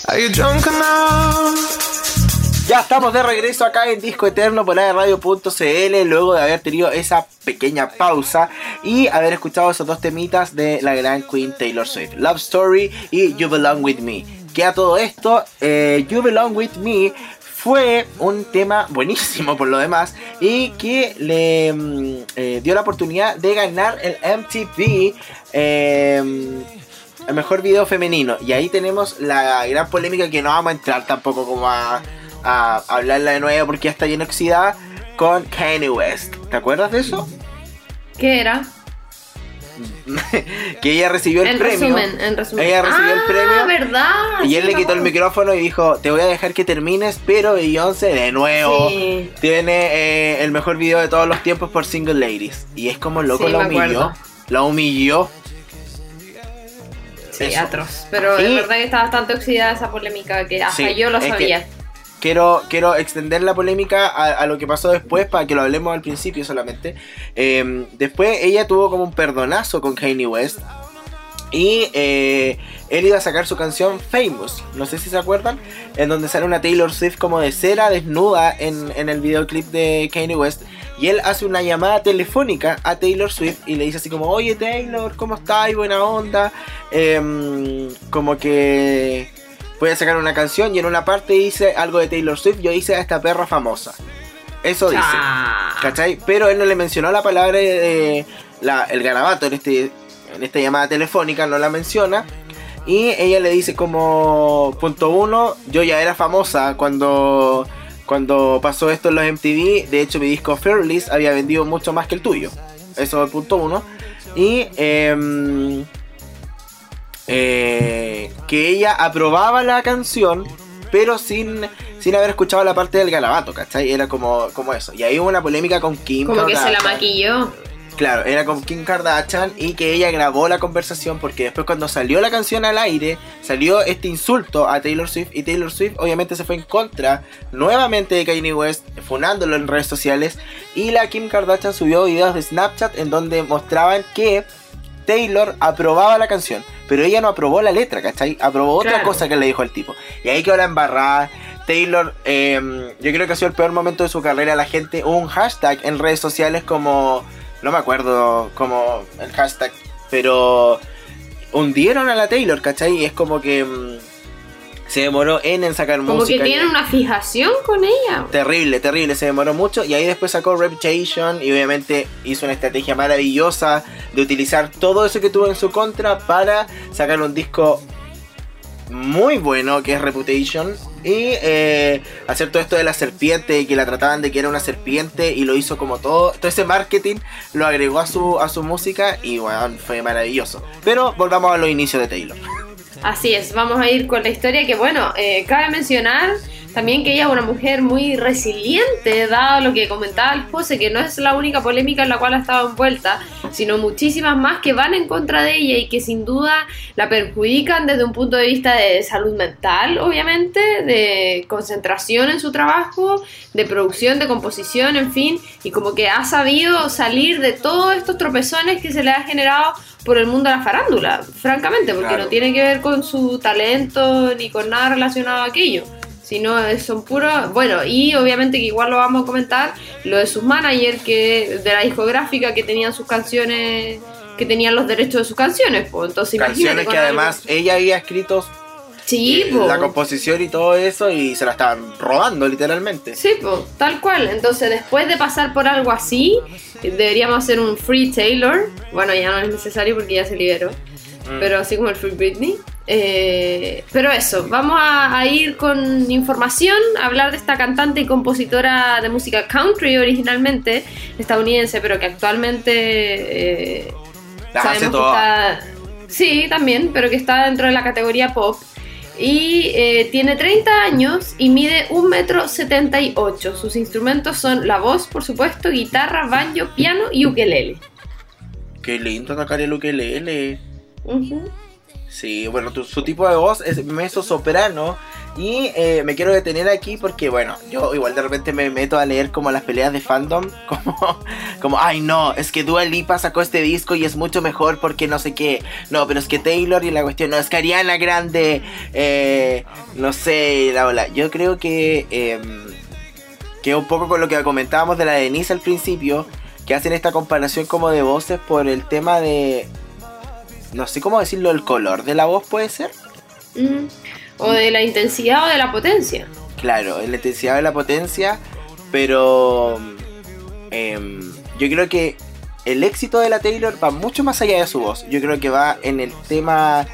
Are you drunk enough? Ya estamos de regreso acá en Disco Eterno por Radio.cl, luego de haber tenido esa pequeña pausa y haber escuchado esos dos temitas de la gran Queen Taylor Swift, Love Story y You Belong With Me. Que a todo esto, You Belong With Me fue un tema buenísimo por lo demás y que le dio la oportunidad de ganar el MTV el mejor video femenino. Y ahí tenemos la gran polémica que no vamos a entrar tampoco como a hablarla de nuevo porque ya está bien oxidada con Kanye West. ¿Te acuerdas de eso? ¿Qué era? Que ella recibió el premio. En resumen. Ella recibió el premio. ¿Verdad? Y él Sí, le quitó el micrófono y dijo: te voy a dejar que termines, pero Beyoncé de nuevo tiene el mejor video de todos los tiempos por Single Ladies. Y es como loco, Sí, la me humilló. acuerdo. La humilló. Sí, Eso. atroz. Pero Y- es verdad que está bastante oxidada esa polémica que hasta Sí, yo lo es que- sabía. Quiero extender la polémica a lo que pasó después para que lo hablemos al principio solamente. Después ella tuvo como un perdonazo con Kanye West. Y él iba a sacar su canción Famous, no sé si se acuerdan, en donde sale una Taylor Swift como de cera desnuda en el videoclip de Kanye West. Y él hace una llamada telefónica a Taylor Swift y le dice así como: oye Taylor, ¿cómo estás? Buena onda. Como que voy a sacar una canción y en una parte dice algo de Taylor Swift, yo hice a esta perra famosa. Eso dice, ¿cachai? Pero él no le mencionó la palabra el garabato en esta llamada telefónica, no la menciona. Y ella le dice como: punto uno, yo ya era famosa cuando pasó esto en los MTV. De hecho mi disco Fearless había vendido mucho más que el tuyo. Eso es el punto uno. Y que ella aprobaba la canción, pero sin haber escuchado la parte del garabato, ¿cachai? Era como eso. Y ahí hubo una polémica con Kim Como que Kardashian. se la maquilló. Claro, era con Kim Kardashian y que ella grabó la conversación porque después cuando salió la canción al aire, salió este insulto a Taylor Swift y Taylor Swift obviamente se fue en contra nuevamente de Kanye West, funándolo en redes sociales, y la Kim Kardashian subió videos de Snapchat en donde mostraban que Taylor aprobaba la canción, pero ella no aprobó la letra, ¿cachai? Aprobó otra cosa que le dijo el tipo. Y ahí quedó la embarrada. Taylor, yo creo que ha sido el peor momento de su carrera. La gente, hubo un hashtag en redes sociales como... no me acuerdo como el hashtag, pero hundieron a la Taylor, ¿cachai? Y es como que se demoró en sacar Como música. que tienen una fijación con ella. Terrible, se demoró mucho. Y ahí después sacó Reputation y obviamente hizo una estrategia maravillosa de utilizar todo eso que tuvo en su contra para sacar un disco muy bueno que es Reputation. Y hacer todo esto de la serpiente y que la trataban de que era una serpiente, y lo hizo como todo ese marketing lo agregó a su música y bueno, fue maravilloso. Pero volvamos a los inicios de Taylor. Así es, vamos a ir con la historia que, bueno, cabe mencionar también que ella es una mujer muy resiliente, dado lo que comentaba el José, que no es la única polémica en la cual ha estado envuelta, sino muchísimas más que van en contra de ella y que sin duda la perjudican desde un punto de vista de salud mental, obviamente, de concentración en su trabajo, de producción, de composición, en fin, y como que ha sabido salir de todos estos tropezones que se le ha generado por el mundo de la farándula, francamente, porque Claro. no tiene que ver con su talento ni con nada relacionado a aquello, sino son puros, bueno, y obviamente que igual lo vamos a comentar, lo de sus managers, que de la discográfica que tenían sus canciones, que tenían los derechos de sus canciones, pues entonces imagínate Canciones con que algo- además ella había escrito sí, po. la composición y todo eso, y se la estaban robando literalmente. Sí, pues, tal cual. Entonces, después de pasar por algo así, deberíamos hacer un Free Taylor. Bueno, ya no es necesario porque ya se liberó. Pero así como el Free Britney. Pero eso, vamos a ir con información, a hablar de esta cantante y compositora de música country originalmente, estadounidense, pero que actualmente Las hace sabemos que todas. está... Sí, también, pero que está dentro de la categoría pop. Y tiene 30 años y mide 1,78 m. Sus instrumentos son la voz, por supuesto, guitarra, banjo, piano y ukelele. Qué lindo tocar el ukelele. Ujú. Sí, bueno, su tipo de voz es mezzo soprano Y me quiero detener aquí porque, bueno, yo igual de repente me meto a leer como las peleas de fandom, como ay no, es que Dua Lipa sacó este disco y es mucho mejor porque no sé qué. No, pero es que Taylor y la cuestión, no, es que Ariana Grande, no sé, la ola. Yo creo que un poco con lo que comentábamos de la Denise al principio, que hacen esta comparación como de voces por el tema de, no sé cómo decirlo, el color de la voz puede ser. O de la intensidad o de la potencia. Claro, en la intensidad de la potencia, pero yo creo que el éxito de la Taylor va mucho más allá de su voz. Yo creo que va en el tema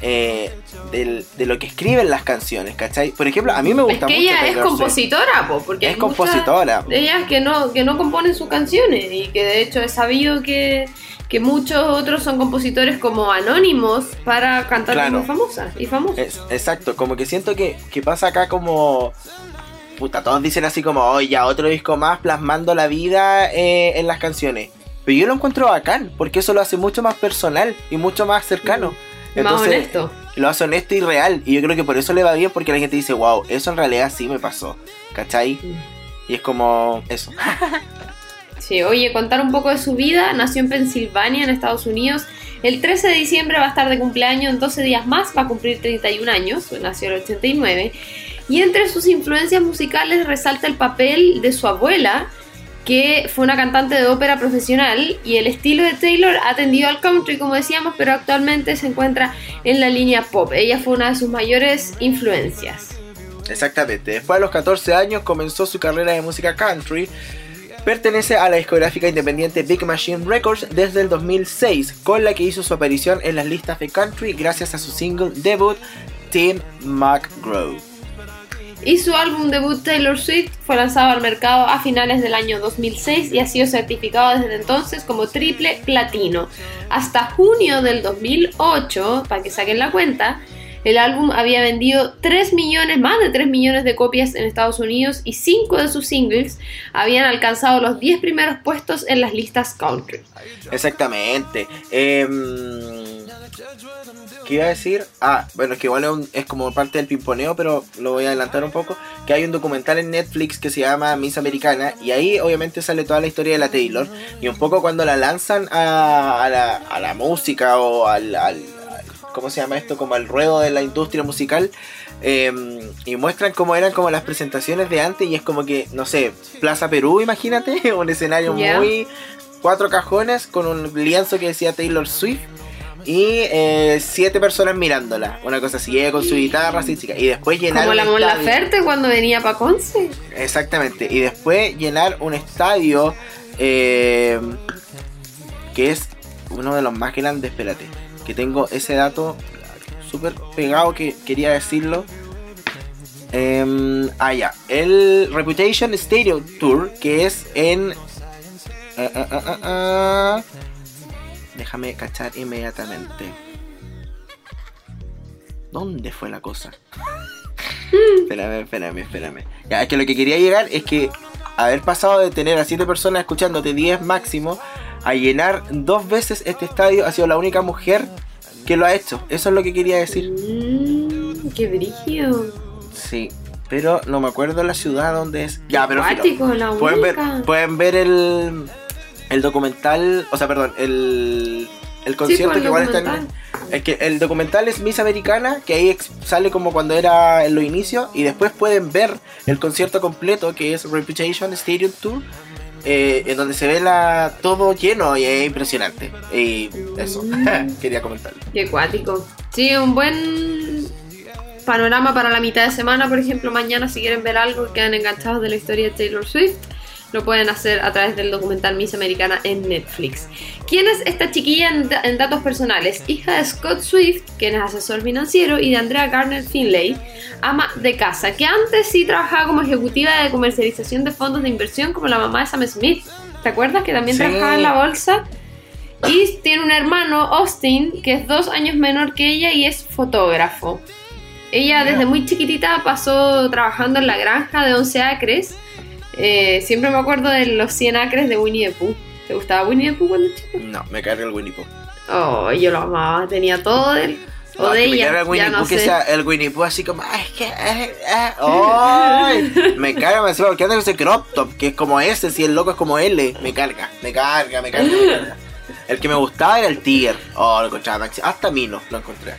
de lo que escriben las canciones, ¿cachai? Por ejemplo, a mí me gusta mucho. Es que ella Taylor es compositora, porque es compositora. De ellas que no componen sus canciones y que de hecho es sabido que muchos otros son compositores como anónimos para cantar muy famosas y famosos. Exacto, como que siento que pasa acá como... Puta, todos dicen así como, oye, ya otro disco más plasmando la vida en las canciones. Pero yo lo encuentro bacán, porque eso lo hace mucho más personal y mucho más cercano. Entonces, más honesto. Lo hace honesto y real. Y yo creo que por eso le va bien, porque la gente dice, wow, eso en realidad sí me pasó. ¿Cachai? Y es como eso. Sí, oye, contar un poco de su vida. Nació en Pensilvania, en Estados Unidos. El 13 de diciembre va a estar de cumpleaños, en 12 días más va a cumplir 31 años. Nació en el 89. Y entre sus influencias musicales resalta el papel de su abuela, que fue una cantante de ópera profesional, y el estilo de Taylor ha tendido al country, como decíamos, pero actualmente se encuentra en la línea pop. Ella fue una de sus mayores influencias. Exactamente. Después de los 14 años comenzó su carrera de música country. Pertenece a la discográfica independiente Big Machine Records desde el 2006, con la que hizo su aparición en las listas de country gracias a su single debut, Tim McGraw. Y su álbum debut Taylor Swift fue lanzado al mercado a finales del año 2006 y ha sido certificado desde entonces como triple platino. Hasta junio del 2008, para que saquen la cuenta, el álbum había vendido más de 3 millones de copias en Estados Unidos y 5 de sus singles habían alcanzado los 10 primeros puestos en las listas country. Exactamente. ¿Qué iba a decir? Bueno, es que igual es como parte del pimponeo, pero lo voy a adelantar un poco. Que hay un documental en Netflix que se llama Miss Americana, y ahí obviamente sale toda la historia de la Taylor. Y un poco cuando la lanzan a la música o al ¿cómo se llama esto? Como al ruedo de la industria musical. Y muestran cómo eran como las presentaciones de antes. Y es como que, no sé, Plaza Perú, imagínate. Un escenario muy... 4 cajones con un lienzo que decía Taylor Swift. Y 7 personas mirándola. Una cosa así, ella con su guitarra así, chica. Y después llenar como la Mon Laferte cuando venía pa' Conce. Exactamente. Y después llenar un estadio que es uno de los más grandes. Espérate, que tengo ese dato súper pegado que quería decirlo. Ya. El Reputation Stadium Tour, que es en... Déjame cachar inmediatamente. ¿Dónde fue la cosa? Espérame. Ya, es que lo que quería llegar es que haber pasado de tener a 7 personas escuchándote, 10 máximo, a llenar 2 veces este estadio, ha sido la única mujer que lo ha hecho. Eso es lo que quería decir. ¡Qué brígido! Sí, pero no me acuerdo la ciudad donde es. Ya, pero acuático, pueden ver el documental, o sea, perdón, el concierto, que igual está en... Es que el documental es Miss Americana, que ahí sale como cuando era en los inicios, y después pueden ver el concierto completo, que es Reputation Stadium Tour, en donde se ve todo lleno y es impresionante. Y eso, quería comentarlo. Qué acuático. Sí, un buen panorama para la mitad de semana, por ejemplo, mañana si quieren ver algo y quedan enganchados de la historia de Taylor Swift. Lo pueden hacer a través del documental Miss Americana en Netflix. ¿Quién es esta chiquilla en datos personales? Hija de Scott Swift, quien es asesor financiero, y de Andrea Garner Finlay, ama de casa, que antes sí trabajaba como ejecutiva de comercialización de fondos de inversión como la mamá de Sam Smith. ¿Te acuerdas que también trabajaba en la bolsa? Y tiene un hermano, Austin, que es 2 años menor que ella y es fotógrafo. Ella desde muy chiquitita pasó trabajando en la granja de 11 acres. Siempre me acuerdo de los 100 acres de Winnie the Pooh. ¿Te gustaba Winnie the Pooh cuando chico? No, me carga el Winnie Pooh. Oh, yo lo amaba, tenía todo de él. O de que me ella, carga el Winnie ya no Pooh, que sé. sea el Winnie Pooh así como, es que, ¡ay! Me carga, me encima porque anda con ese crop top, que es como ese, si el loco es como L, me carga. El que me gustaba era el Tiger. Oh, lo encontraba máximo. Hasta Mino lo encontré.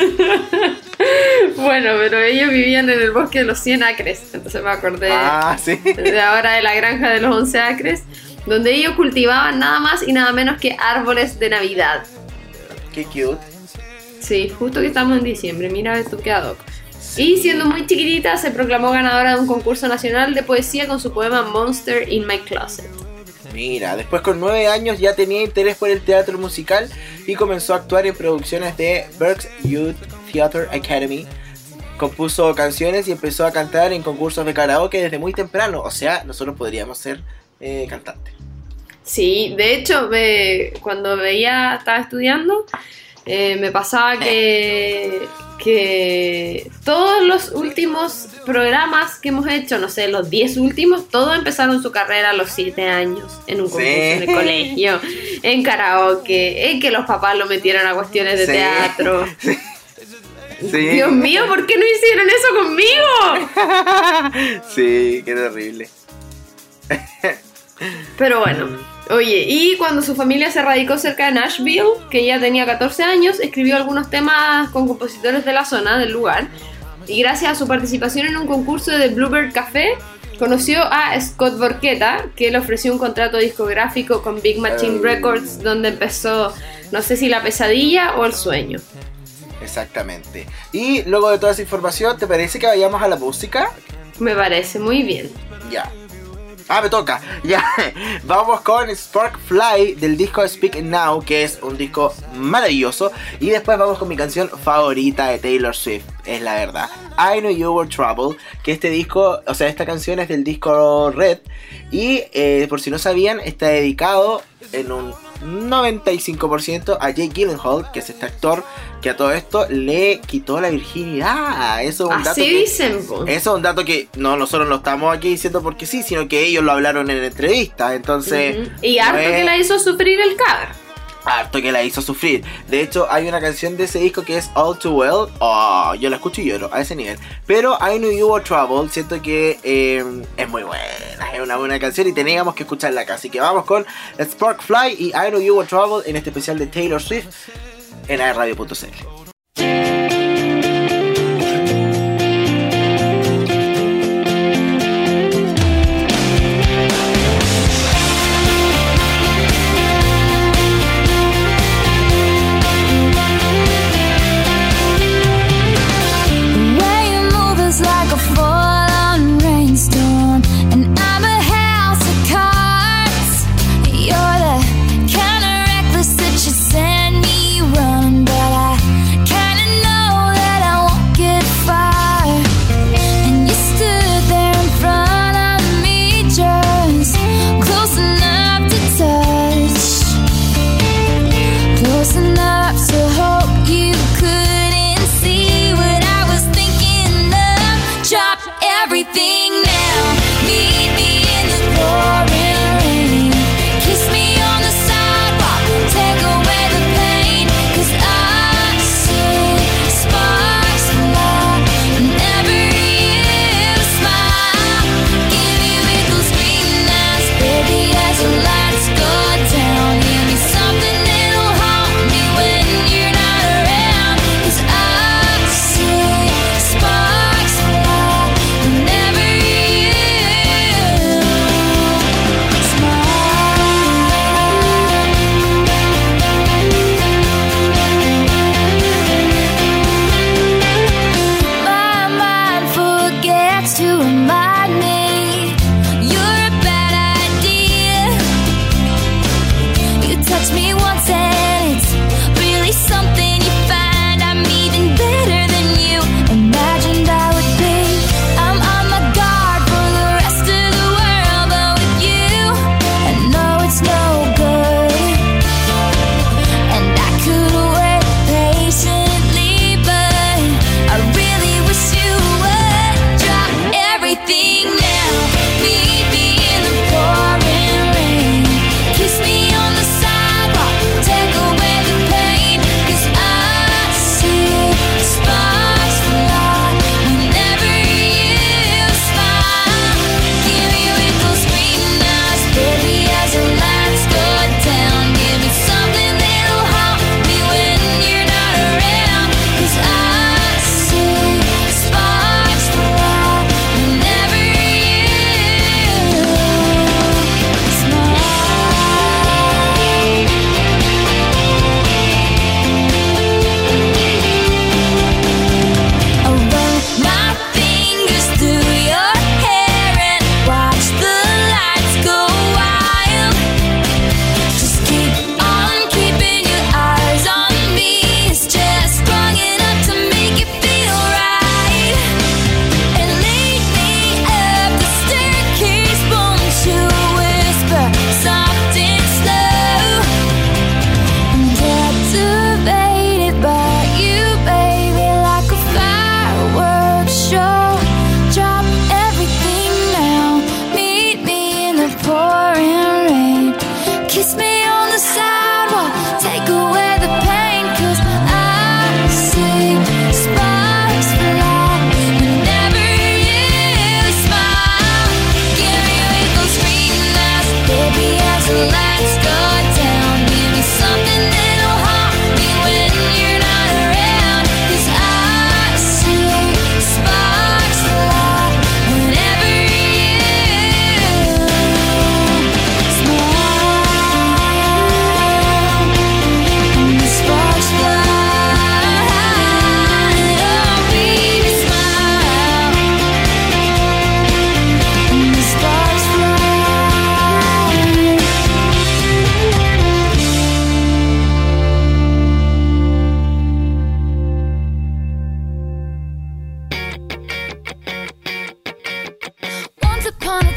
Bueno, pero ellos vivían en el bosque de los 100 acres, entonces me acordé Sí. de ahora de la granja de los 11 acres, donde ellos cultivaban nada más y nada menos que árboles de Navidad. Qué cute. Sí, justo que estamos en diciembre, mira tú qué ad hoc. Y siendo muy chiquitita se proclamó ganadora de un concurso nacional de poesía con su poema Monster in My Closet. Mira, después con 9 años ya tenía interés por el teatro musical y comenzó a actuar en producciones de Berks Youth Theatre Academy. Compuso canciones y empezó a cantar en concursos de karaoke desde muy temprano. O sea, nosotros podríamos ser cantantes. Sí, de hecho, cuando estaba estudiando, me pasaba que todos los últimos programas que hemos hecho, no sé, los 10 últimos, todos empezaron su carrera a los 7 años, en un concurso en el colegio, en karaoke, en que los papás lo metieron a cuestiones de teatro. Sí. Dios mío, ¿por qué no hicieron eso conmigo? Sí, qué terrible. Pero bueno, oye, y cuando su familia se radicó cerca de Nashville, que ella tenía 14 años, escribió algunos temas con compositores de la zona, del lugar, y gracias a su participación en un concurso de Bluebird Café, conoció a Scott Borchetta, que le ofreció un contrato discográfico con Big Machine Records, donde empezó, no sé si La Pesadilla o El Sueño. Exactamente. Y luego de toda esa información, ¿te parece que vayamos a la música? Me parece muy bien. Ya. Me toca. Ya. Vamos con Spark Fly del disco Speak Now, que es un disco maravilloso. Y después vamos con mi canción favorita de Taylor Swift, es la verdad. I Knew You Were Trouble, que esta canción es del disco Red. Y por si no sabían, está dedicado en un 95% a Jake Gyllenhaal, que es este actor que a todo esto le quitó la virginidad. Eso es un dato dicen, eso es un dato que nosotros no estamos aquí diciendo porque sí, sino que ellos lo hablaron en entrevistas. Entonces, y harto que la hizo sufrir el cabro. Harto que la hizo sufrir. De hecho, hay una canción de ese disco que es All Too Well. Yo la escucho y lloro a ese nivel. Pero I Knew You Were Trouble, siento que es muy buena. Es una buena canción y teníamos que escucharla acá. Así que vamos con Spark Fly y I Knew You Were Trouble en este especial de Taylor Swift en aerradio.cl. Send me run, but I kinda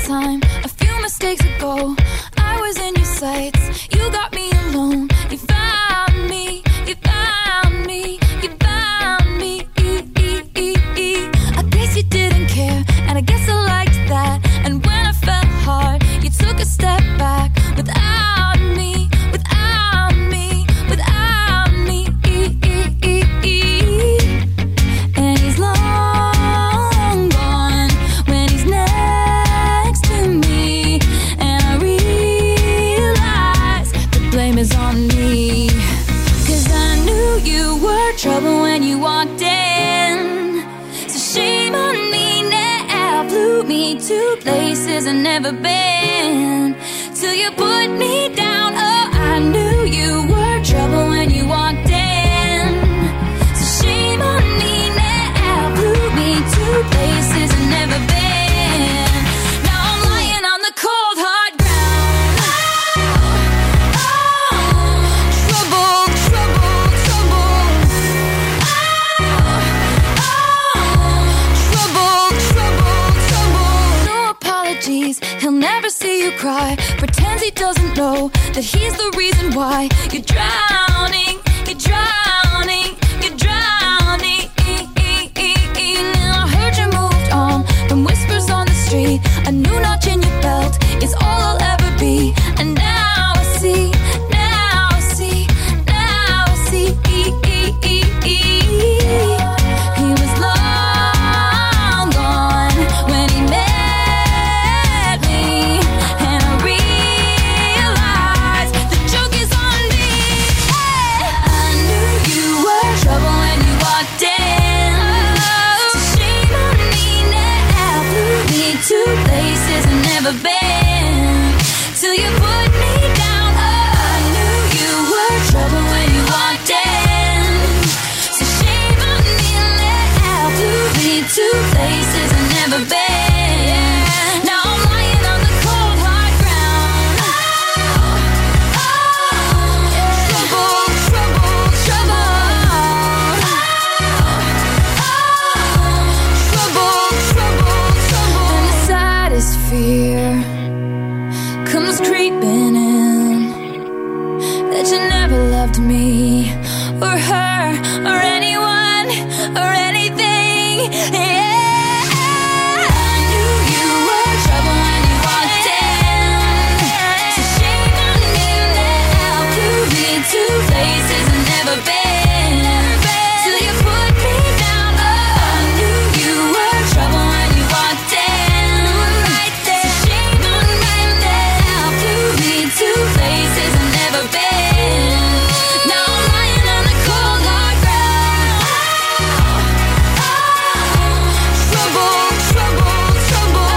time, a few mistakes ago, I was in your sights. You got me alone. You found me. You found me. You found me. I guess you didn't care, and I guess I liked that. And when I fell hard, you took a step back without me. Without me. Without me. And he's long gone when he's next to me. And I realize the blame is on me. 'Cause I knew you were trouble when you walked in. So shame on me now. Flew me to places I've never been. Till you put me down. Oh, I knew you were trouble when you walked in. So shame on me now. Flew me to places I've never been. Now I'm lying on the cold hard ground. Oh, trouble, trouble, trouble. Trouble, trouble, trouble. No apologies, he'll never see you cry. Pretends he doesn't know that he's the reason why you're drowning, you're drowning, you're drowning. And I heard you moved on from whispers on the street. A new notch in your belt is all I'll ever be. And now I see, now I see, now I see. He was long gone when he met me. And I realized the joke is on me. I knew you were trouble when you walked in. So shame on me now. Flew me to places I've never been. Till you put me down. Oh, I knew you were trouble when you walked in. So shame on me now. Flew me to places I've never been. Now I'm lying on the cold hard ground. Trouble, trouble, trouble. Trouble, trouble, trouble. And the saddest fear comes creeping in, that you never loved me or her or anyone or anything. Yeah, I knew you were trouble when you walked in. So shame on me now. Flew me to places I've never been. Till you put me down. Oh, I knew you were trouble when you walked in. So shame on me now. Flew me to places I've never been. Now I'm lying on the cold hard ground. Trouble, trouble, trouble.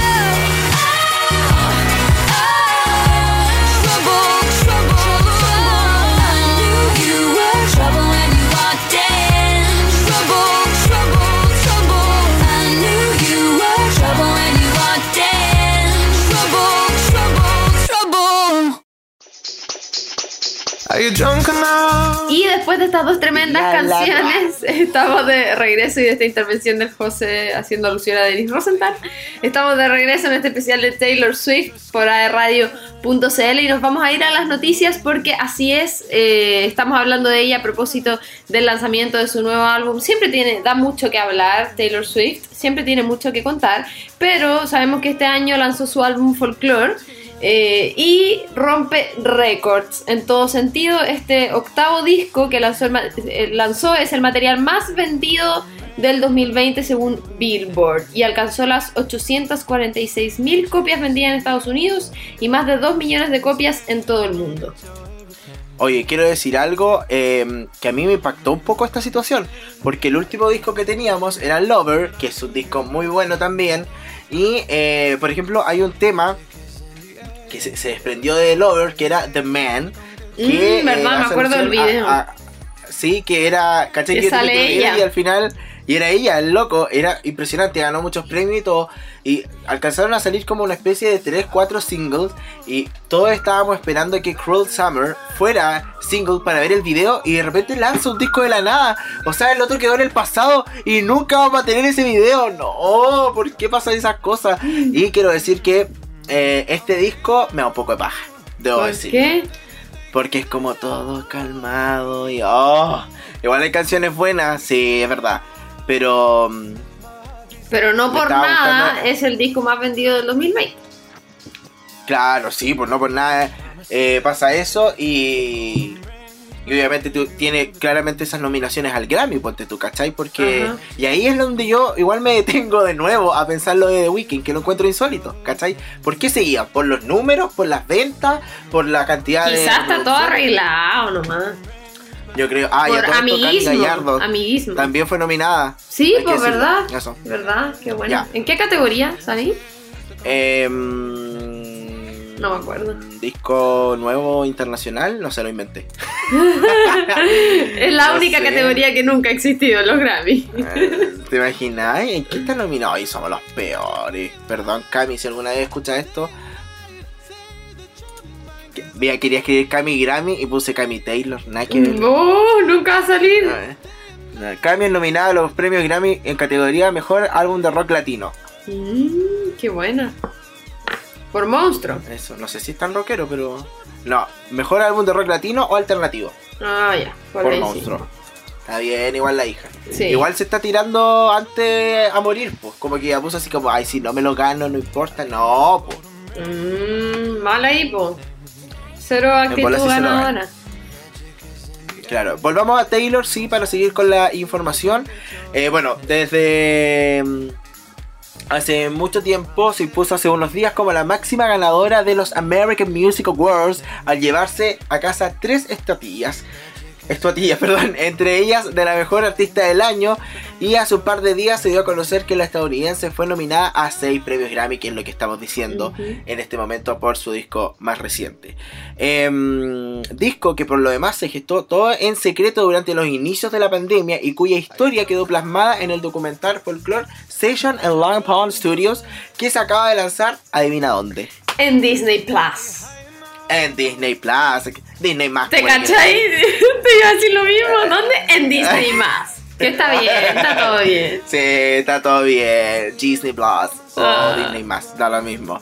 Trouble, trouble, trouble. I knew you were trouble when you walked in. Trouble, trouble, trouble. I knew you were trouble when you walked in. Trouble, trouble, trouble. Are you drunk enough? Y después de estas dos tremendas La, la, la. canciones, estamos de regreso y de esta intervención del José haciendo alusión a Dennis Rosenthal. Estamos de regreso en este especial de Taylor Swift por aerradio.cl y nos vamos a ir a las noticias porque así es, estamos hablando de ella a propósito del lanzamiento de su nuevo álbum. Siempre da mucho que hablar Taylor Swift, siempre tiene mucho que contar, pero sabemos que este año lanzó su álbum Folklore. Y rompe récords en todo sentido. Este octavo disco que lanzó es el material más vendido del 2020 según Billboard y alcanzó las 846.000 copias vendidas en Estados Unidos y más de 2 millones de copias en todo el mundo. Oye, quiero decir algo que a mí me impactó un poco esta situación, porque el último disco que teníamos era Lover, que es un disco muy bueno también, y por ejemplo hay un tema que se desprendió de Lover, que era The Man, que verdad, me acuerdo del video. sí, que era, ¿cachai? Que Que sale ella. y al final Y era ella, el loco, era impresionante, ganó muchos premios y todo. Y alcanzaron a salir como una especie de 3-4 singles. Y todos estábamos esperando que Cruel Summer fuera single para ver el video. Y de repente lanza un disco de la nada. O sea, el otro quedó en el pasado y nunca vamos a tener ese video. No, ¿por qué pasan esas cosas? Y quiero decir que este disco me da un poco de paja, debo decir. ¿Por qué? Porque es como todo calmado y igual hay canciones buenas, sí, es verdad. Pero no por nada es el disco más vendido del 2020. Claro, sí, pues no por nada pasa eso y obviamente tiene claramente esas nominaciones al Grammy, ponte tú, ¿cachai? Porque y ahí es donde yo igual me detengo de nuevo a pensar lo de The Weeknd, que lo encuentro insólito, ¿cachai? ¿Por qué seguía? ¿Por los números? ¿Por las ventas? ¿Por la cantidad de Quizás está todo arreglado nomás. Yo creo, por amiguismo. También fue nominada. Sí, pues verdad. Eso. ¿Verdad? Qué bueno. Ya. ¿En qué categoría, sabes? No me acuerdo. Disco nuevo internacional, no se lo inventé. Es la No única sé. categoría que nunca ha existido en los Grammy. ¿Te imaginas? ¿En qué está nominado? Y somos los peores. Perdón, Cami, si alguna vez escuchas esto. Quería escribir Cami Grammy y puse Cami Taylor. Nada que ver. No, nunca va a salir. Cami es nominada a los premios Grammy en categoría Mejor Álbum de Rock Latino. Qué buena. Por Monstruo. Eso, no sé si es tan rockero, pero... No, Mejor Álbum de Rock Latino o Alternativo. Ah, ya. Por ahí Monstruo. Está bien, igual la hija. Sí. Igual se está tirando antes a morir, pues. Como que ya puso así como, ay, si no me lo gano, no importa. No, pues. Mal ahí, po. Cero bola actitud sí se lo ganadora. Claro, volvamos a Taylor, sí, para seguir con la información. Bueno, desde hace mucho tiempo se impuso hace unos días como la máxima ganadora de los American Music Awards al llevarse a casa 3 estatuillas, entre ellas de la mejor artista del año, y hace un par de días se dio a conocer que la estadounidense fue nominada a 6 premios Grammy, que es lo que estamos diciendo en este momento por su disco más reciente. Disco que por lo demás se gestó todo en secreto durante los inicios de la pandemia y cuya historia quedó plasmada en el documental Folklore Session en Long Pond Studios, que se acaba de lanzar, adivina dónde. En Disney Plus. En Disney Plus, Disney Más. ¿Te cachai? Te iba a decir lo mismo. ¿Dónde? En Disney Más. Que está bien, está todo bien. Sí, está todo bien. Disney Plus o Disney Más, da lo mismo.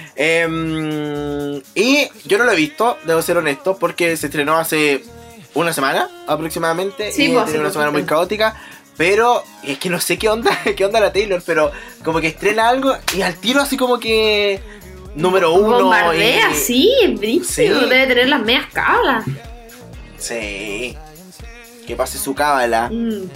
Y yo no lo he visto, debo ser honesto, porque se estrenó hace una semana aproximadamente. Sí, y pues, tiene una semana muy caótica. Pero es que no sé qué onda la Taylor, pero como que estrena algo y al tiro así como que número 1. Bombardea, sí, es brígido. Sí. Debe tener las medias cablas. Sí. Que pase su cábala.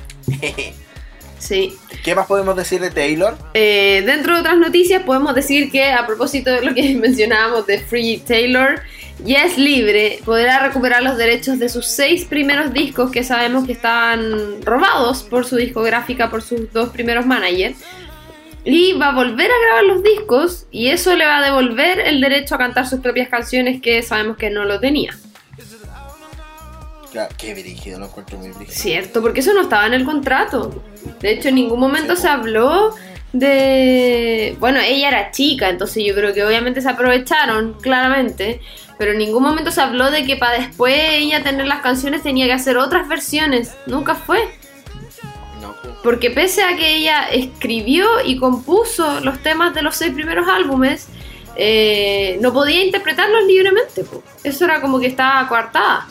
Sí. ¿Qué más podemos decir de Taylor? Dentro de otras noticias podemos decir que a propósito de lo que mencionábamos de Free Taylor, ya es libre, podrá recuperar los derechos de sus 6 primeros discos que sabemos que estaban robados por su discográfica, por sus 2 primeros managers, y va a volver a grabar los discos y eso le va a devolver el derecho a cantar sus propias canciones, que sabemos que no lo tenía. Claro, qué brígido, lo encuentro muy brígido. Cierto, porque eso no estaba en el contrato. De hecho, en ningún momento se habló de... Bueno, ella era chica, entonces yo creo que obviamente se aprovecharon, claramente. Pero en ningún momento se habló de que para después ella tener las canciones tenía que hacer otras versiones. Nunca fue. No, Porque pese a que ella escribió y compuso los temas de los 6 primeros álbumes, no podía interpretarlos libremente. Po. Eso era como que estaba coartada.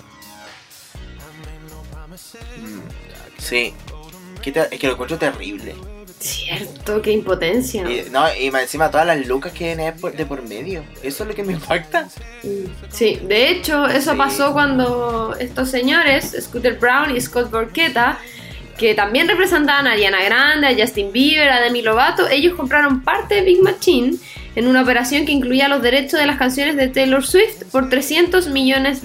Sí. Es que lo encuentro terrible. Cierto, qué impotencia. Y más encima todas las lucas que vienen de por medio. Eso es lo que me impacta. Sí, de hecho, eso Sí. pasó cuando estos señores, Scooter Braun y Scott Borchetta, que también representaban a Ariana Grande, a Justin Bieber, a Demi Lovato, ellos compraron parte de Big Machine en una operación que incluía los derechos de las canciones de Taylor Swift por $300 millones.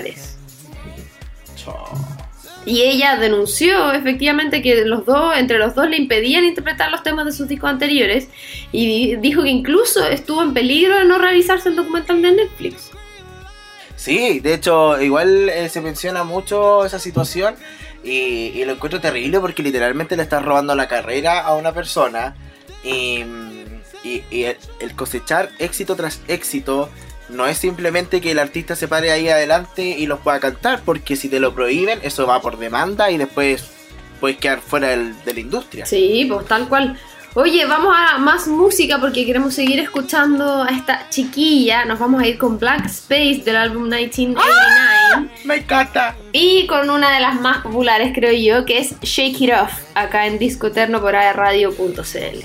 Y ella denunció efectivamente que entre los dos le impedían interpretar los temas de sus discos anteriores y dijo que incluso estuvo en peligro de no realizarse el documental de Netflix. Sí, de hecho, igual se menciona mucho esa situación. Y lo encuentro terrible porque literalmente le estás robando la carrera a una persona. Y el cosechar éxito tras éxito no es simplemente que el artista se pare ahí adelante y los pueda cantar, porque si te lo prohíben, eso va por demanda y después puedes quedar fuera de la industria. Sí, pues tal cual. Oye, vamos a más música porque queremos seguir escuchando a esta chiquilla. Nos vamos a ir con Blank Space del álbum 1989. ¡Ah! ¡Me encanta! Y con una de las más populares, creo yo, que es Shake It Off, acá en Disco Eterno por aerradio.cl.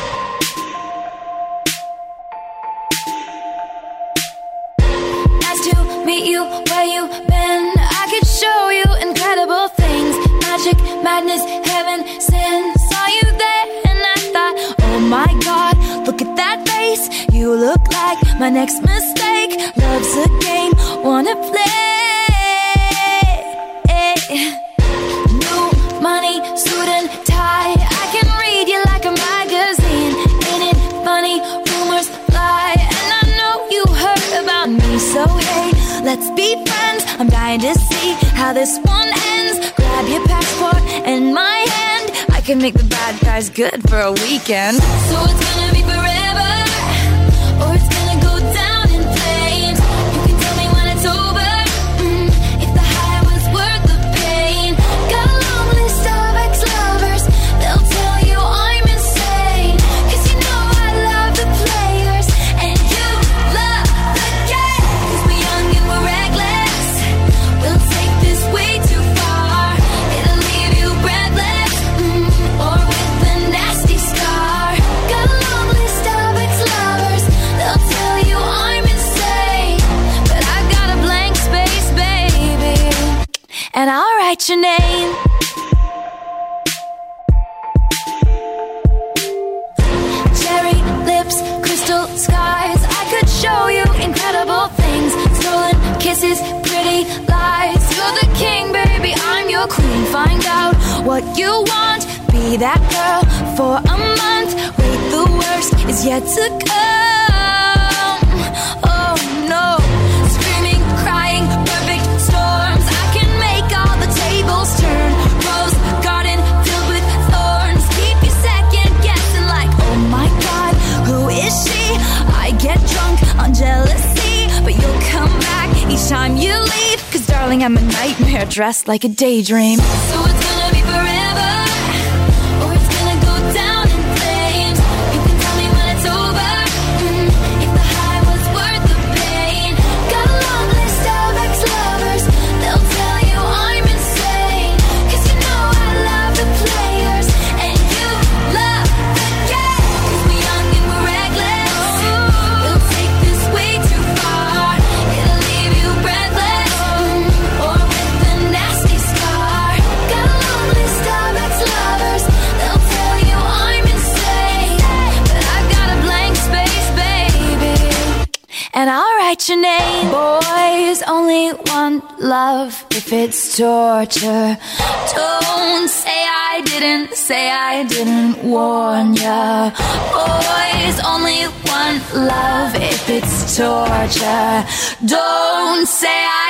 Meet you where you been. I could show you incredible things. Magic, madness, heaven, sin. Saw you there and I thought, oh my God, look at that face. You look like my next mistake. Love's a game, wanna play. New money, suit and tie. I can read you like a magazine. Ain't it funny? Rumors fly, and I know you heard about me. So hey, let's be friends. I'm dying to see how this one ends. Grab your passport and my hand. I can make the bad guys good for a weekend. So it's gonna be forever, or it's gonna go down in flames. You can tell me when it's over, if the high was worth the pain. Got a long list of ex-lovers. They'll tell you I'm insane, 'cause you know I love the players and you love the game. 'Cause we're young and we're reckless. We'll take this way too far. It'll leave you breathless, or with a nasty scar. Got a long list of ex-lovers. They'll tell you I'm insane, but I've got a blank space, baby, and I'll write your name. Cherry lips, crystal skies. I could show you incredible things. Stolen kisses, pretty lies. You're the king, baby, I'm your queen. Find out what you want. Be that girl for a month. Wait, the worst is yet to come. Oh no. Screaming, crying, perfect storms. I can make all the tables turn. Rose garden filled with thorns. Keep you second guessing like, oh my God, who is she? I get drunk on jealousy, but you'll come back each time you leave. 'Cause darling, I'm a nightmare dressed like a daydream. So it's gonna be forever, or it's gonna go down in flames. You can tell me when it's over, if the high was worth the pain. Got a long list of ex-lovers. They'll tell you I'm insane, 'cause you know I love the players and you love the game. 'Cause we're young and we're reckless. We'll take this way too far. It'll leave you breathless, or with a nasty scar. Got a long list of ex-lovers. They'll tell you I'm insane, but I've got a blank space, baby, and I'll write your name. Boys only want love if it's torture. Don't say I didn't warn ya. Boys only want love if it's torture. Don't say I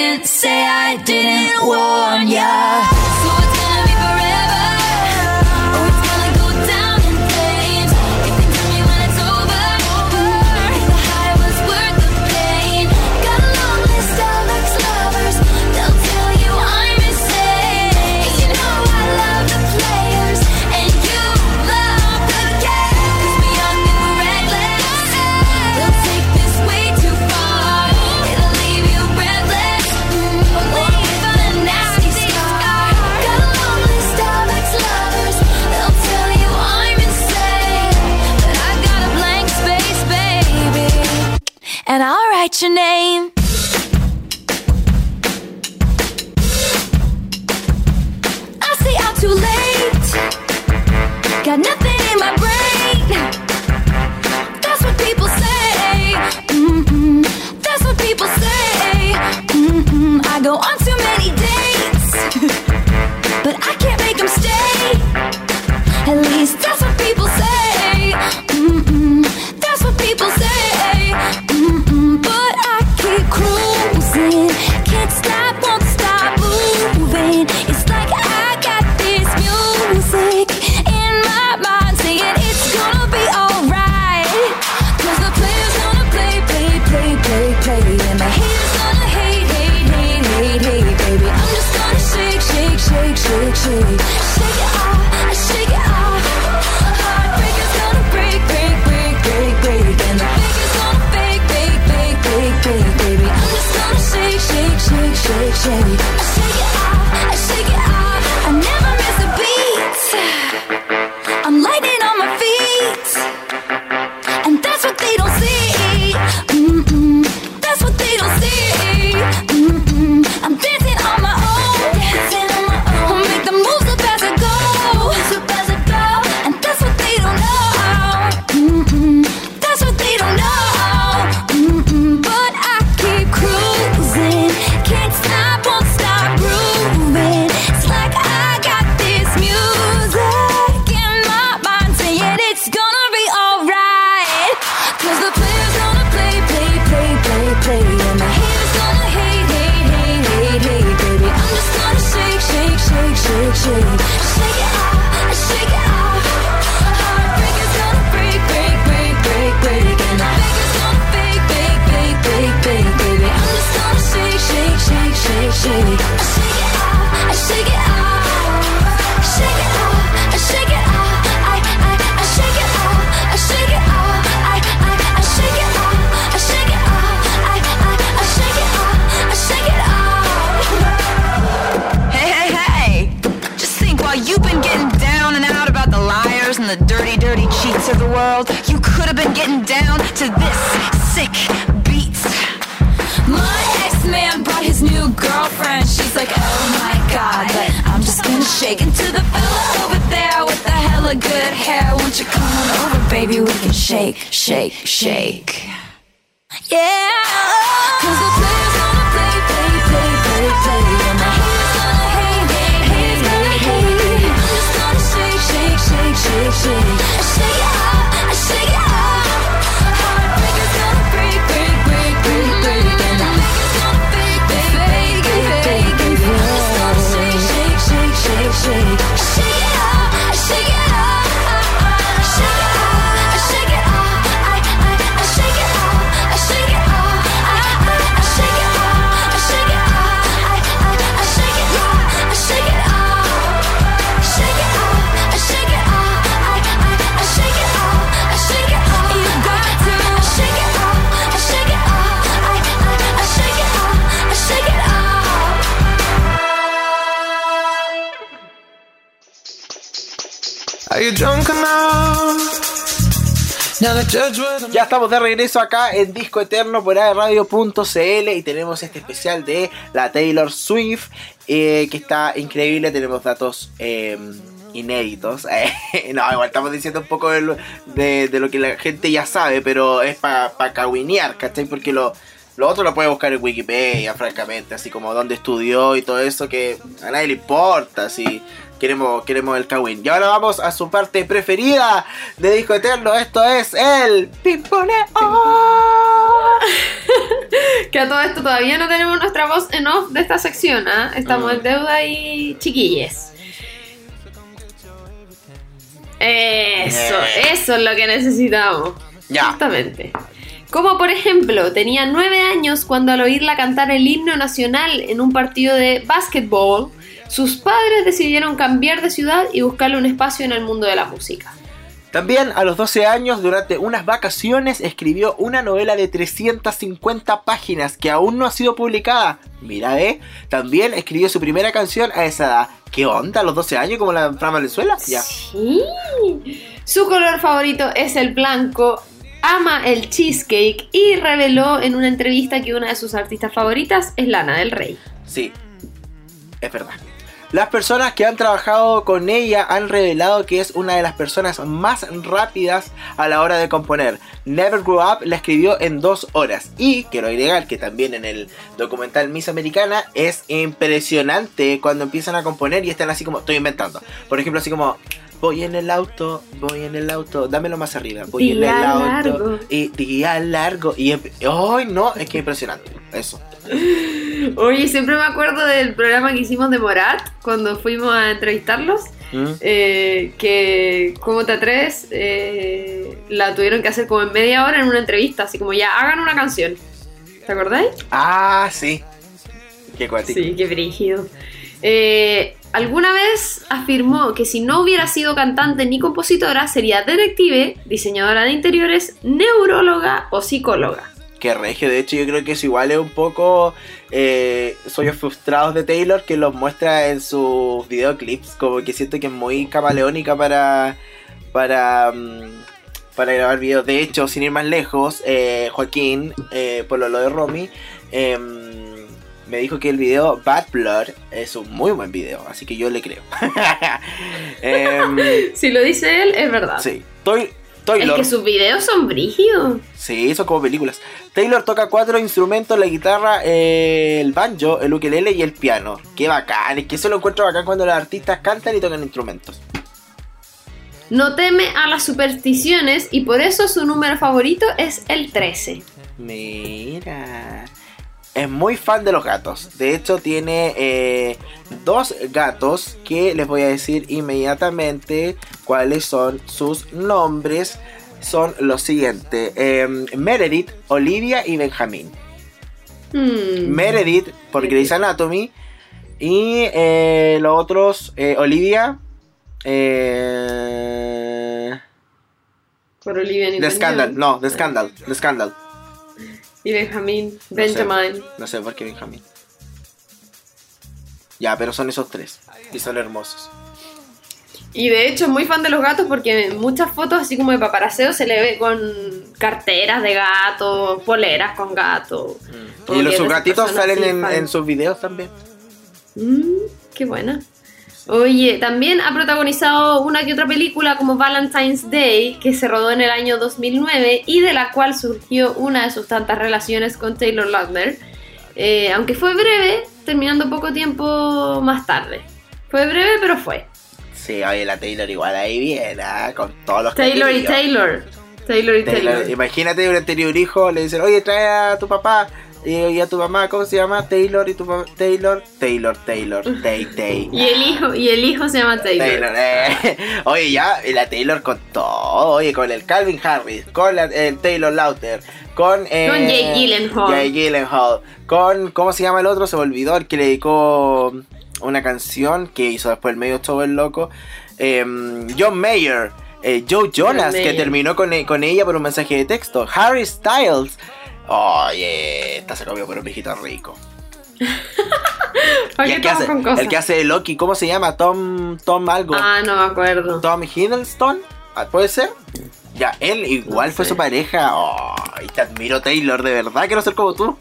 didn't warn ya. So it's gonna be forever, or it's gonna go down in flames. You can tell me when it's over, if the high was worth the pain. Got a long list of ex-lovers. They'll tell you I'm insane, 'cause you know I love the players and you love the game. 'Cause we're young and we're reckless. We'll take this way too far. It'll leave you breathless, or with a nasty scar. Got a long list of ex-lovers. They'll tell you I'm insane, but I've got a blank space, baby, and I'll write your name. I stay out too late. Got nothing in my brain. That's what people say. That's what people say. I go on too many dates, but I can't make them stay. At least that's what people say. That's what people say. But I keep cruising. Can't stop, won't stop moving. It's like shake, shake. Shake it off, shake it off. Heartbreaker's gonna break, break, break, break, break. And the fake is gonna fake, fake, fake, fake, fake, baby. I'm just gonna shake, shake, shake, shake, shake. I shake it off, I shake it off. I never miss a beat. I'm lightning on my feet, and that's what they don't see. That's what they don't see. I'm dancing on my own, dancing on my own. Make the moves up as I go, and that's what they don't know. That's what they don't know. But I keep cruising, can't stop, won't stop grooving. It's like I got this music in my mind saying it's gonna be alright. 'Cause the player's gonna play, play, play, play, play. And the haters gonna hate, hate, hate, hate, hate, baby. I'm just gonna shake, shake, shake, shake, shake. Shake it off, shake it off. Heartbreaker's gonna break, break, break, break, break. And the faker's gonna fake, fake, fake, fake, fake, baby. I'm just gonna shake, shake, shake, shake, shake. I shake it off, I shake it off. Shake it off, I shake it off. I shake it off, I shake it off. I shake it off, I shake it off. I shake it off, I shake it off. Hey, hey, hey! Just think, while you've been getting down and out about the liars and the dirty, dirty cheats of the world, you could have been getting down to this sick beat. My ex-man brought his new girlfriend. She's like, oh my god, but I'm just gonna shake into the fella over there with the hella good hair. Won't you come on over, baby? We can shake, shake, shake. Yeah. 'Cause the player's gonna play, play, play, play, play. And the haters gonna hate, hate, hate, hate, hate. I'm just gonna shake, shake, shake, shake, shake. I shake it off, I shake it off. Heartbreaker's gonna break, break, break, break, break. And the faker's gonna fake, fake, fake, fake, fake, baby. I'm just gonna shake, shake, shake, shake, shake. I shake it off, I shake it off. Shake it off, I shake it off. I shake it off, I shake it off. I shake it off, I shake it off. I shake it off, I shake it off. Shake it off, I shake it off. I shake it off, I shake it off. You got to shake it off, I shake it off. I shake it off, I shake it off. Are you drunk enough? Now to judge what I'm Ya estamos de regreso acá en Disco Eterno por Radio.cl y tenemos este especial de la Taylor Swift que está increíble. Tenemos datos inéditos. No, igual estamos diciendo un poco de lo que la gente ya sabe, pero es para cagüinear, ¿cachai? Porque lo otro lo puede buscar en Wikipedia, francamente, así como dónde estudió y todo eso, que a nadie le importa, así. Queremos el Kawin. Y ahora vamos a su parte preferida de Disco Eterno. Esto es el Pimponeo. Que a todo esto todavía no tenemos nuestra voz en off de esta sección, ¿ah? Estamos en deuda y chiquilles. Eso es lo que necesitamos. Ya. Justamente. Como por ejemplo, tenía 9 años cuando al oírla cantar el himno nacional en un partido de básquetbol, sus padres decidieron cambiar de ciudad y buscarle un espacio en el mundo de la música. También a los 12 años, durante unas vacaciones, escribió una novela de 350 páginas que aún no ha sido publicada. Mira, también escribió su primera canción a esa edad. ¿Qué onda? ¿A los 12 años como la Fran Valenzuela? Ya. Sí. Su color favorito es el blanco, ama el cheesecake y reveló en una entrevista que una de sus artistas favoritas es Lana del Rey. Sí, es verdad. Las personas que han trabajado con ella han revelado que es una de las personas más rápidas a la hora de componer. Never Grew Up la escribió en 2 horas. Y quiero agregar que también en el documental Miss Americana es impresionante cuando empiezan a componer y están así como, estoy inventando. Por ejemplo, así como, voy en el auto, dámelo más arriba. Voy día en el auto largo. Y día largo. Y ¡ay, no! Es que impresionante. Eso. Oye, siempre me acuerdo del programa que hicimos de Morat cuando fuimos a entrevistarlos. Que ¿Cómo te atreves? La tuvieron que hacer como en media hora en una entrevista, así como ya hagan una canción. ¿Te acordáis? Ah, sí. Qué cuático. Sí, qué brígido. Alguna vez afirmó que si no hubiera sido cantante ni compositora, sería detective, diseñadora de interiores, neuróloga o psicóloga. Que regio, de hecho yo creo que eso igual es un poco sueños frustrados de Taylor, que los muestra en sus videoclips, como que siento que es muy camaleónica para grabar videos. De hecho, sin ir más lejos, Joaquín, por lo de Romy, me dijo que el video Bad Blood es un muy buen video, así que yo le creo. Si lo dice él, es verdad. Sí, Taylor. Es que sus videos son brígidos. Sí, son como películas. Taylor toca 4 instrumentos: la guitarra, el banjo, el ukelele y el piano. Qué bacán, es que eso lo encuentro bacán cuando los artistas cantan y tocan instrumentos. No teme a las supersticiones y por eso su número favorito es el 13. Mira, es muy fan de los gatos. De hecho tiene 2 gatos que les voy a decir inmediatamente cuáles son sus nombres. Son los siguientes: Meredith, Olivia y Benjamín. Meredith por Grey's Anatomy. Y los otros, Olivia por Olivia The Scandal. No, The Scandal. Y Benjamín, Benjamin. No sé por qué Benjamín. Ya, pero son esos 3 y son hermosos. Y de hecho es muy fan de los gatos porque en muchas fotos así como de paparaceo se le ve con carteras de gato, poleras con gato. Y sus gatitos salen en sus videos también. Qué buena. Oye, también ha protagonizado una que otra película como Valentine's Day, que se rodó en el año 2009 y de la cual surgió una de sus tantas relaciones con Taylor Lautner, aunque fue breve, terminando poco tiempo más tarde. Fue breve, pero fue. Sí, oye, la Taylor igual ahí viene, con todos los Taylor y Taylor. Imagínate un anterior hijo, le dicen, oye, trae a tu papá y a tu mamá, ¿cómo se llama? Taylor, y tu mamá, Taylor, Tay. Y el hijo se llama Taylor. Oye, ya, la Taylor con todo, oye, con el Calvin Harris, con el Taylor Lautner, con Jake Gyllenhaal, con, ¿cómo se llama el otro? Se me olvidó, el que le dedicó una canción que hizo después el medio show el loco, John Mayer, Joe Jonas, que terminó con ella por un mensaje de texto, Harry Styles. Oye, esta se comió por un viejito rico. Y el que hace de Loki, ¿cómo se llama? Tom algo. Ah, no me acuerdo. Tom Hiddleston, ¿puede ser? Ya, él igual fue su pareja. Ay, te admiro, Taylor, de verdad quiero ser como tú.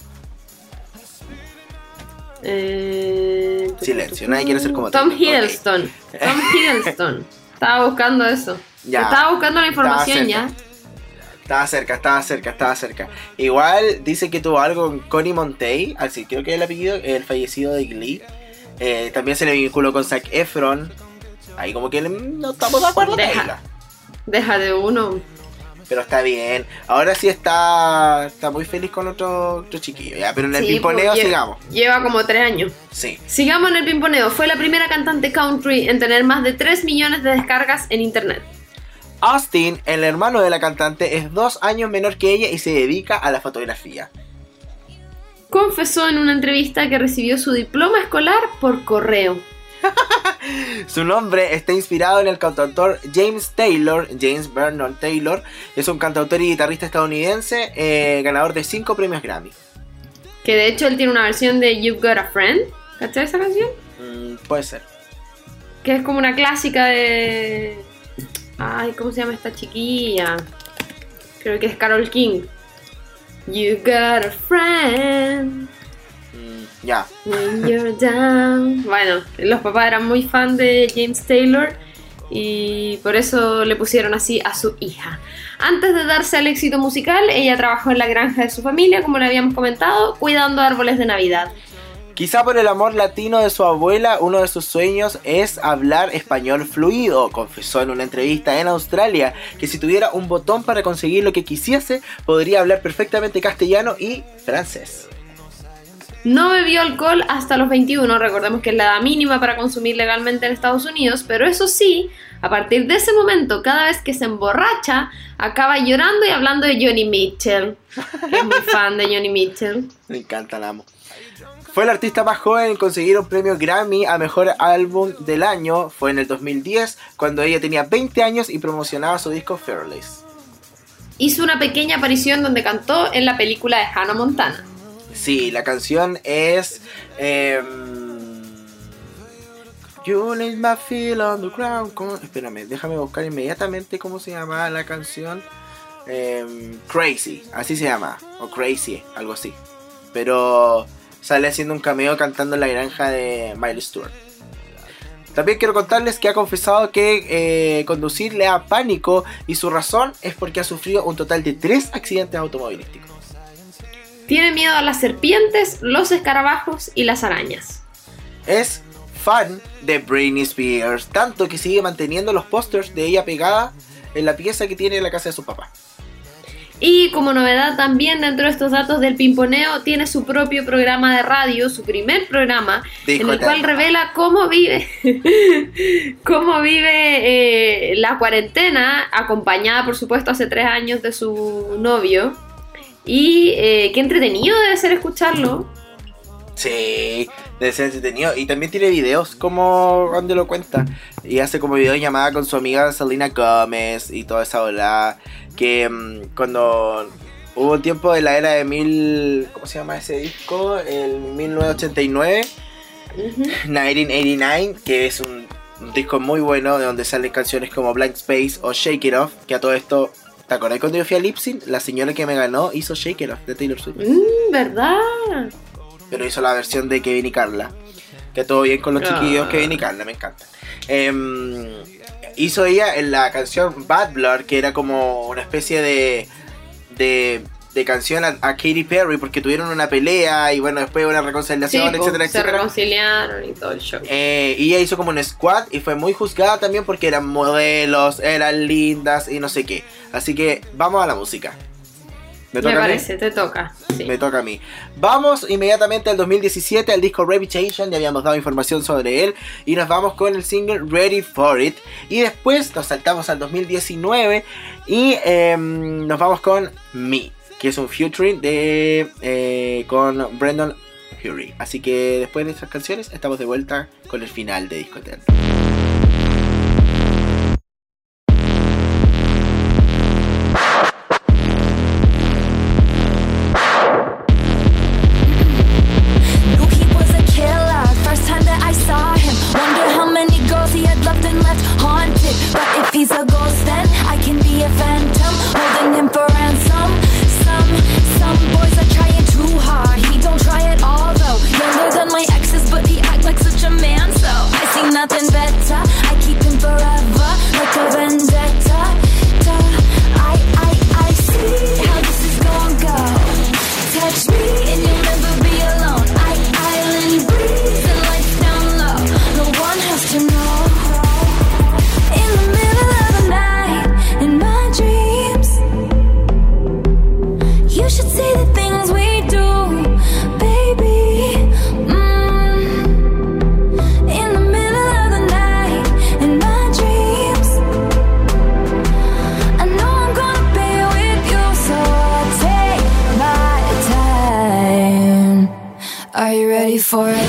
Silencio, nadie quiere ser como Tom Taylor. Hiddleston. Okay. Tom Hiddleston. Estaba buscando eso. Ya, estaba buscando la información ya. Estaba cerca. Igual dice que tuvo algo con Connie Montey, así creo que es el apellido, el fallecido de Glee. También se le vinculó con Zac Efron. Ahí como que no estamos de acuerdo. Deja de uno. Pero está bien. Ahora sí está muy feliz con otro chiquillo. Ya, pero en el pimponeo sigamos. Lleva como 3 años. Sí. Sigamos en el pimponeo. Fue la primera cantante country en tener más de 3 millones de descargas en internet. Austin, el hermano de la cantante, es 2 años menor que ella y se dedica a la fotografía. Confesó en una entrevista que recibió su diploma escolar por correo. Su nombre está inspirado en el cantautor James Vernon Taylor. Es un cantautor y guitarrista estadounidense, ganador de 5 premios Grammy. Que de hecho él tiene una versión de You've Got a Friend. ¿Cachai esa canción? Puede ser. Que es como una clásica de... Ay, ¿cómo se llama esta chiquilla? Creo que es Carole King. You got a friend. Ya. When you're down. Bueno, los papás eran muy fan de James Taylor y por eso le pusieron así a su hija. Antes de darse al éxito musical, ella trabajó en la granja de su familia, como le habíamos comentado, cuidando árboles de Navidad. Quizá por el amor latino de su abuela, uno de sus sueños es hablar español fluido. Confesó en una entrevista en Australia que si tuviera un botón para conseguir lo que quisiese, podría hablar perfectamente castellano y francés. No bebió alcohol hasta los 21, recordemos que es la edad mínima para consumir legalmente en Estados Unidos, pero eso sí, a partir de ese momento, cada vez que se emborracha, acaba llorando y hablando de Johnny Mitchell, que es muy fan de Johnny Mitchell. Me encanta, la amo. Fue el artista más joven en conseguir un premio Grammy a Mejor Álbum del Año. Fue en el 2010, cuando ella tenía 20 años y promocionaba su disco Fearless. Hizo una pequeña aparición donde cantó en la película de Hannah Montana. Sí, la canción es... You Need My Feel on the Ground. Espérame, déjame buscar inmediatamente cómo se llama la canción. Crazy, así se llama. O Crazy, algo así. Pero sale haciendo un cameo cantando en la granja de Miley Stewart. También quiero contarles que ha confesado que conducir le da pánico y su razón es porque ha sufrido un total de 3 accidentes automovilísticos. Tiene miedo a las serpientes, los escarabajos y las arañas. Es fan de Britney Spears, tanto que sigue manteniendo los pósters de ella pegada en la pieza que tiene en la casa de su papá. Y como novedad también dentro de estos datos del pimponeo, tiene su propio programa de radio, su primer programa, en el cual revela cómo vive la cuarentena, acompañada por supuesto hace 3 años de su novio. Y qué entretenido debe ser escucharlo. Sí, debe ser entretenido. Y también tiene videos como donde lo cuenta. Y hace como videollamada con su amiga Selena Gomez y toda esa ola. Que cuando hubo un tiempo de la era de ¿cómo se llama ese disco? El 1989, 1989, que es un disco muy bueno, de donde salen canciones como Blank Space o Shake It Off, que a todo esto, ¿te acordás cuando yo fui a Lipsync? La señora que me ganó hizo Shake It Off de Taylor Swift. ¿Verdad? Pero hizo la versión de Kevin y Carla. Que todo bien con los chiquillos, Kevin y Carla, me encanta. Hizo ella en la canción Bad Blood, que era como una especie de canción a Katy Perry, porque tuvieron una pelea y bueno, después una reconciliación, sí, etcétera, se reconciliaron y todo el show. Y ella hizo como un squad y fue muy juzgada también porque eran modelos, eran lindas y no sé qué. Así que vamos a la música. Me parece, te toca. Sí. Me toca a mí. Vamos inmediatamente al 2017, al disco Reputation. Ya habíamos dado información sobre él. Y nos vamos con el single Ready For It. Y después nos saltamos al 2019 y nos vamos con Me, que es un featuring con Brendan Fury. Así que después de estas canciones estamos de vuelta con el final de Disco Eterno. He's a ghost then I can be a phantom, holding him for ransom. Some boys are trying too hard. He don't try at all though. Younger than my exes, but he act like such a man. So I see nothing better. I keep him forever, like a vendetta. I see how this is gonna go. Touch me and you'll never be alone. Island breeze and lights down low. No one has to know. You should see the things we do, baby. In the middle of the night, in my dreams. I know I'm gonna be with you, so I'll take my time. Are you ready for it?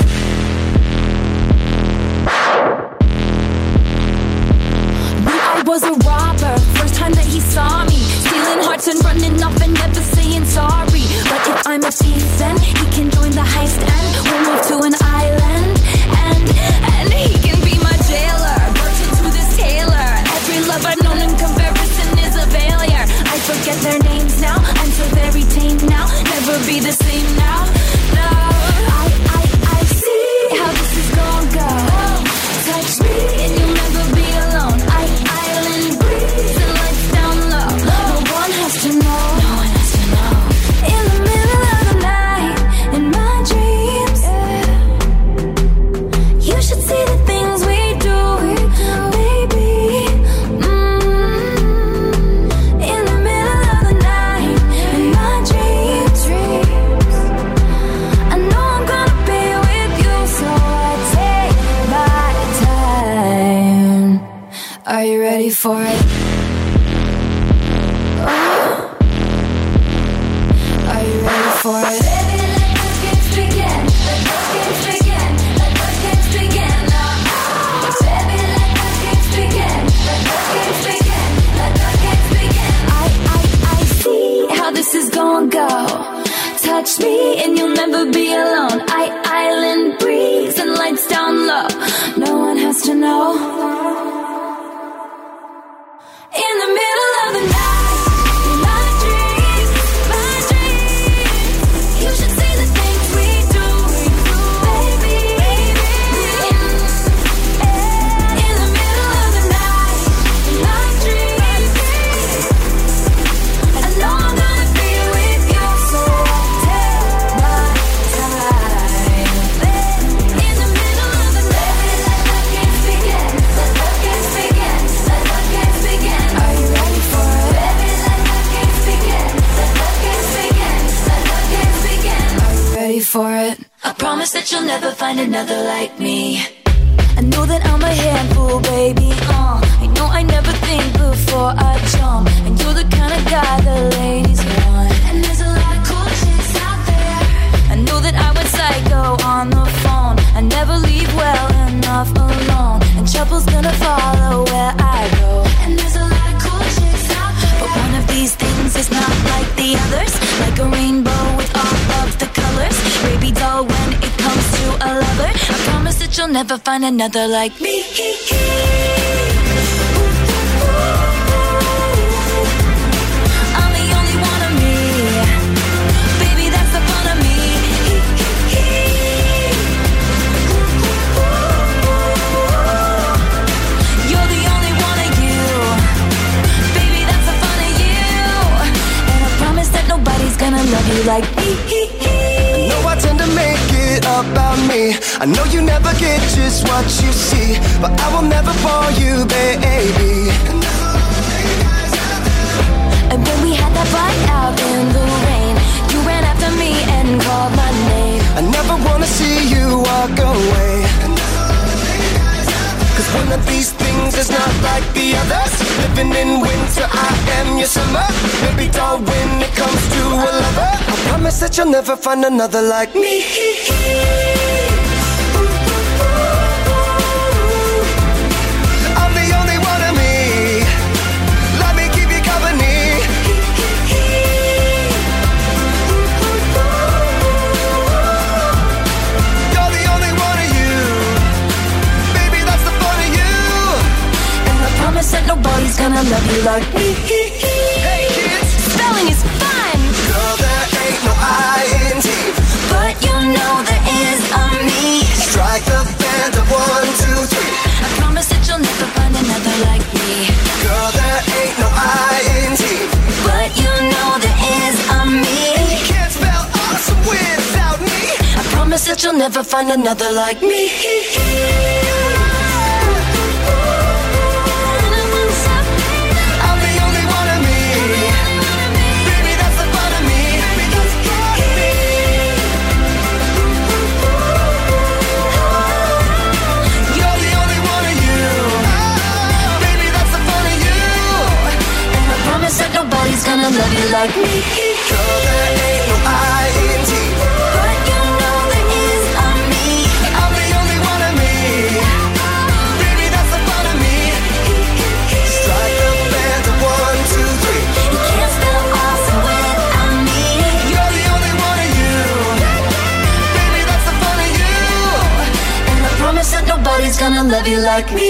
I was a robber, first time that he saw me, stealing hearts and running off and never saying sorry. But if I'm a thief then he can join the heist and we'll move to an island. And he can be my jailer, virgin to this tailor. Every love I've known in comparison is a failure. I forget their names now, I'm so very tame now. Never be the same now, no. I see how this is gonna go. Touch me and you'll never be alone. Island breeze and lights down low. No one has to know. No one has to know. In the middle of the night, touch me and you'll never be alone. Island breeze and lights down low. No one has to know. In the middle of the night, my dreams, you should see the things we do, baby. In the middle of the night, my dreams, I know I'm gonna be with you, so take my time. In the middle of the night, let the games begin, let the games begin, let the games begin. Are you ready for it? Baby, let the games begin, let the games begin, let the games begin. Are you ready for it? I promise that you'll never find another like me. I know that I'm a handful, baby, I know I never think before I jump, and you're the kind of guy the ladies want. And there's a lot of cool chicks out there. I know that I went psycho on the phone. I never leave well enough alone, and trouble's gonna follow where I go. And there's a lot of cool chicks out there, but one of these things is not like the others. Like a rainbow with all of the colors. Baby doll, when it comes to a lover, I promise that you'll never find another like me. I'm the only one of me. Baby, that's the fun of me. You're the only one of you. Baby, that's the fun of you. And I promise that nobody's gonna love you like me. I know I tend to make it about me. I know you never get just what you see, but I will never bore you, baby. And when we had that fight out in the rain, you ran after me and called my name. I never wanna see you walk away. Cause one of these things is not like the others. Living in winter, I am your summer. Baby doll, when it comes to a lover, I promise that you'll never find another like me. I'm the only one of me. Let me keep you company. You're the only one of you. Baby, that's the fun of you. And I promise that nobody's gonna love you like me. Hey kids, Spelling is fun, girl, there ain't no I-N-T. but you know there is a me. Strike the band of 1, 2, 3. I promise that you'll never find another like me. Girl, there ain't no I-N-T. But you know there is a me. Can't spell awesome without me. I promise that you'll never find another like me. I'm the only one of me. Baby, that's the fun of me. Baby, that's the fun of me. You're the only one of you. Baby, that's the fun of you. And I promise that nobody's gonna love you like me. Girl, there ain't no I-N-T. But you know there is a me. I'm the only one of me. Baby, that's the fun of me. Strike the band of 1, 2, 3. You can't spell awesome without me. You're the only one of you. Baby, that's the fun of you. And I promise that nobody's gonna love you like me.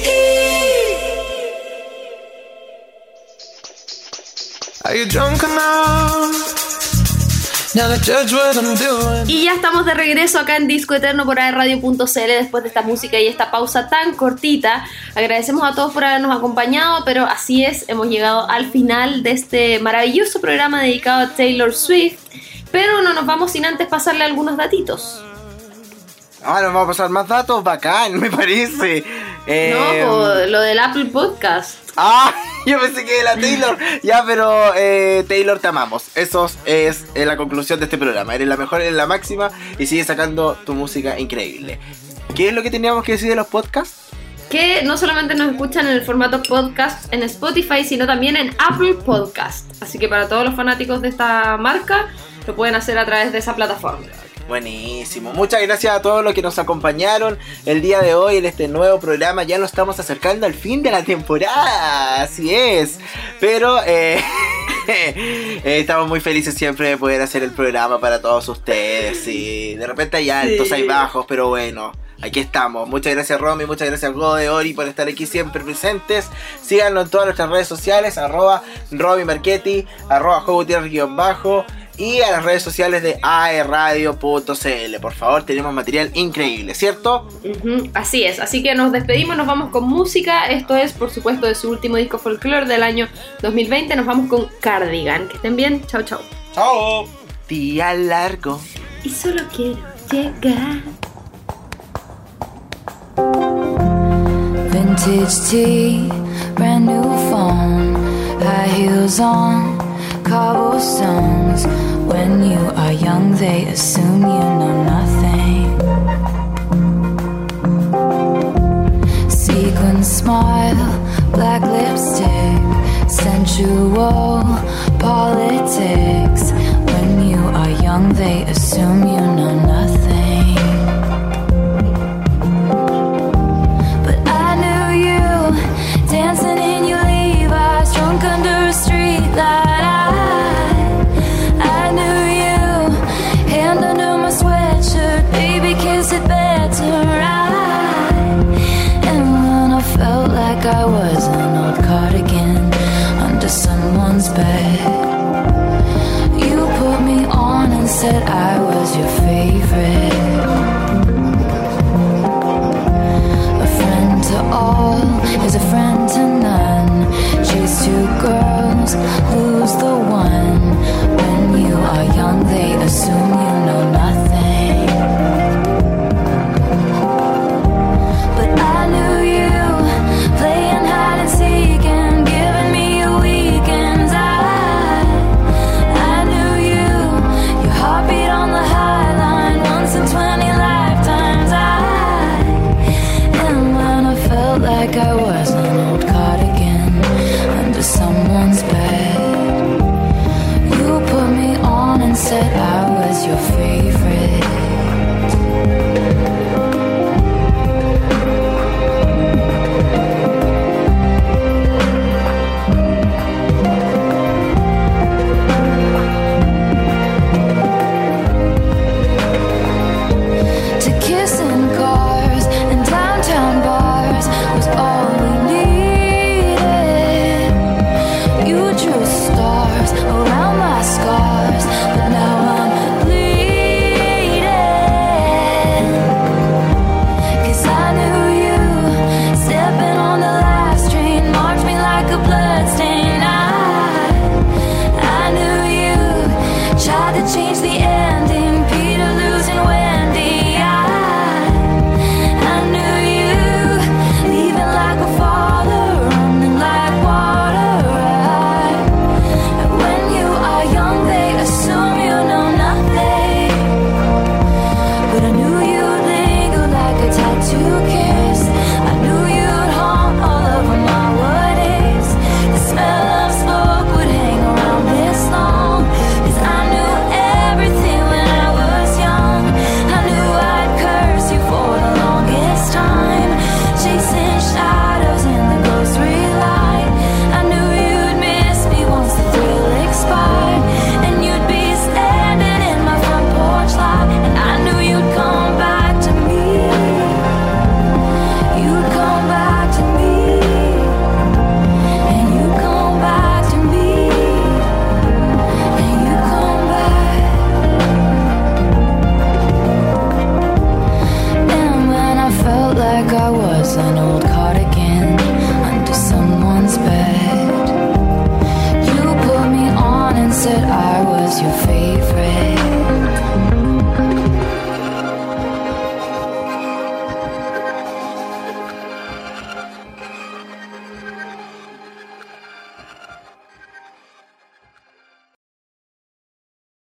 Are you drunk enough? Now to judge what I'm doing. Y ya estamos de regreso acá en Disco Eterno por aerradio.cl después de esta música y esta pausa tan cortita. Agradecemos a todos por habernos acompañado, pero así es, hemos llegado al final de este maravilloso programa dedicado a Taylor Swift. Pero no nos vamos sin antes pasarle algunos datitos. Ahora nos vamos a pasar más datos, bacán, me parece. Lo del Apple Podcast. Ah, yo pensé que era Taylor. Ya, pero Taylor, te amamos. Eso es la conclusión de este programa. Eres la mejor, eres la máxima y sigues sacando tu música increíble. ¿Qué es lo que teníamos que decir de los podcasts? Que no solamente nos escuchan en el formato podcast en Spotify, sino también en Apple Podcast. Así que para todos los fanáticos de esta marca, lo pueden hacer a través de esa plataforma. Buenísimo, muchas gracias a todos los que nos acompañaron el día de hoy en este nuevo programa. Ya nos estamos acercando al fin de la temporada, así es. Pero Estamos muy felices siempre de poder hacer el programa para todos ustedes. Y de repente hay altos, hay bajos, pero bueno, aquí estamos. Muchas gracias Romy, muchas gracias Gode, Ori por estar aquí siempre presentes. Síganos en todas nuestras redes sociales, @Romy Marchetti, @JoGutierrez_, y a las redes sociales de aerradio.cl. Por favor, tenemos material increíble, ¿cierto? Así es, así que nos despedimos, nos vamos con música. Esto es, por supuesto, de su último disco Folklore del año 2020. Nos vamos con Cardigan. Que estén bien, chao, chao. Chao. Día largo. Y solo quiero llegar. Vintage tea, brand new phone, high heels on, cobblestones. When you are young, they assume you know nothing. Sequin smile, black lipstick, sensual politics. When you are young, they assume you know nothing. But I knew you, dancing in your Levi's, drunk under a street light. I knew you, hand under my sweatshirt, baby, kiss it better, right? And when I felt like I was an old cardigan under someone's bed, you put me on and said I was your favorite. A friend to all is a friend to none. Chase two girls, lose the one. When you are young, they assume you know nothing. But I knew you, playing hide and seek and giving me a weekend. I knew you, your heartbeat on the high line, once in 20 lifetimes. And when I felt like I was an old cardigan under someone's bed, you put me on and said I was your favorite.